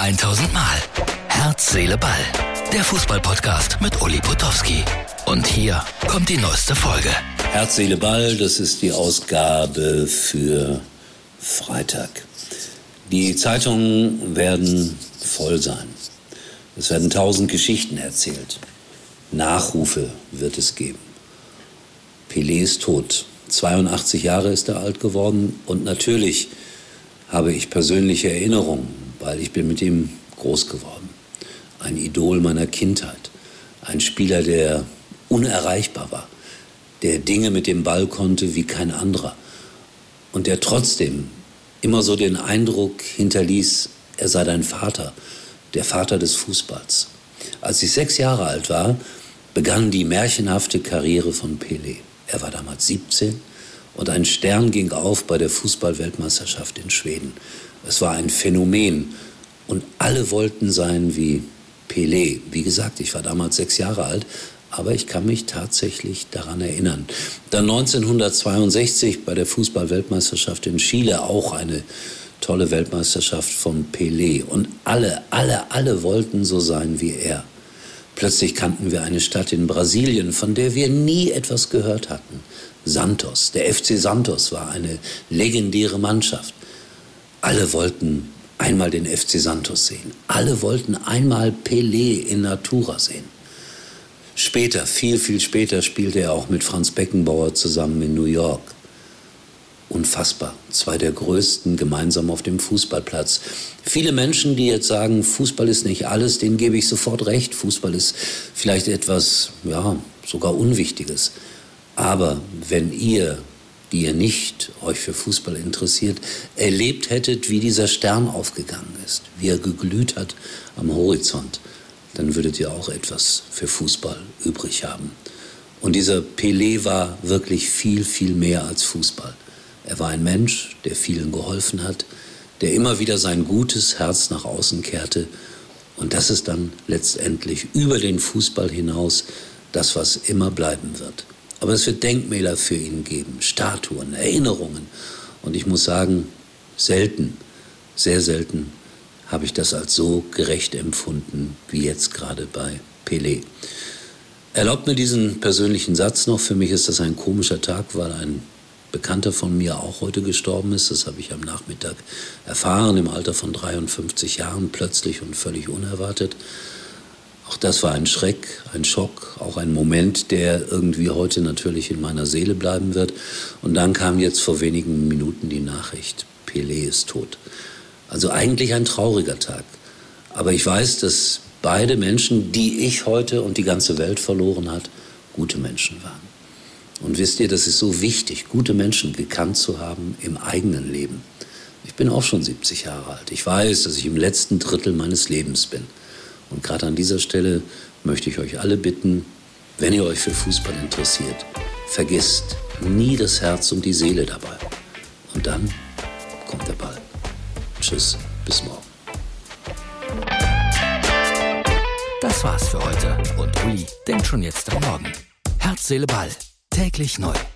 1000 Mal. Herz, Seele, Ball. Der Fußball-Podcast mit Uli Potowski. Und hier kommt die neueste Folge. Herz, Seele, Ball, das ist die Ausgabe für Freitag. Die Zeitungen werden voll sein. Es werden 1000 Geschichten erzählt. Nachrufe wird es geben. Pelé ist tot. 82 Jahre ist er alt geworden. Und natürlich habe ich persönliche Erinnerungen, weil ich bin mit ihm groß geworden. Ein Idol meiner Kindheit. Ein Spieler, der unerreichbar war. Der Dinge mit dem Ball konnte wie kein anderer. Und der trotzdem immer so den Eindruck hinterließ, er sei dein Vater, der Vater des Fußballs. Als ich 6 Jahre alt war, begann die märchenhafte Karriere von Pelé. Er war damals 17 und ein Stern ging auf bei der Fußball-Weltmeisterschaft in Schweden. Es war ein Phänomen und alle wollten sein wie Pelé. Wie gesagt, ich war damals 6 Jahre alt, aber ich kann mich tatsächlich daran erinnern. Dann 1962 bei der Fußball-Weltmeisterschaft in Chile auch eine tolle Weltmeisterschaft von Pelé. Und alle wollten so sein wie er. Plötzlich kannten wir eine Stadt in Brasilien, von der wir nie etwas gehört hatten. Santos, der FC Santos war eine legendäre Mannschaft. Alle wollten einmal den FC Santos sehen. Alle wollten einmal Pelé in Natura sehen. Später, viel später, spielte er auch mit Franz Beckenbauer zusammen in New York. Unfassbar. 2 der größten gemeinsam auf dem Fußballplatz. Viele Menschen, die jetzt sagen, Fußball ist nicht alles, denen gebe ich sofort recht. Fußball ist vielleicht etwas, sogar Unwichtiges. Aber wenn ihr, die ihr nicht euch für Fußball interessiert, erlebt hättet, wie dieser Stern aufgegangen ist, wie er geglüht hat am Horizont, dann würdet ihr auch etwas für Fußball übrig haben. Und dieser Pelé war wirklich viel mehr als Fußball. Er war ein Mensch, der vielen geholfen hat, der immer wieder sein gutes Herz nach außen kehrte. Und das ist dann letztendlich über den Fußball hinaus das, was immer bleiben wird. Aber es wird Denkmäler für ihn geben, Statuen, Erinnerungen. Und ich muss sagen, selten, sehr selten, habe ich das als so gerecht empfunden wie jetzt gerade bei Pelé. Erlaubt mir diesen persönlichen Satz noch. Für mich ist das ein komischer Tag, weil ein Bekannter von mir auch heute gestorben ist. Das habe ich am Nachmittag erfahren, im Alter von 53 Jahren, plötzlich und völlig unerwartet. Auch das war ein Schreck, ein Schock, auch ein Moment, der irgendwie heute natürlich in meiner Seele bleiben wird. Und dann kam jetzt vor wenigen Minuten die Nachricht, Pelé ist tot. Also eigentlich ein trauriger Tag. Aber ich weiß, dass beide Menschen, die ich heute und die ganze Welt verloren hat, gute Menschen waren. Und wisst ihr, das ist so wichtig, gute Menschen gekannt zu haben im eigenen Leben. Ich bin auch schon 70 Jahre alt. Ich weiß, dass ich im letzten Drittel meines Lebens bin. Und gerade an dieser Stelle möchte ich euch alle bitten, wenn ihr euch für Fußball interessiert, vergisst nie das Herz und die Seele dabei. Und dann kommt der Ball. Tschüss, bis morgen. Das war's für heute. Und Uli denkt schon jetzt am Morgen. Herz, Seele, Ball. Täglich neu.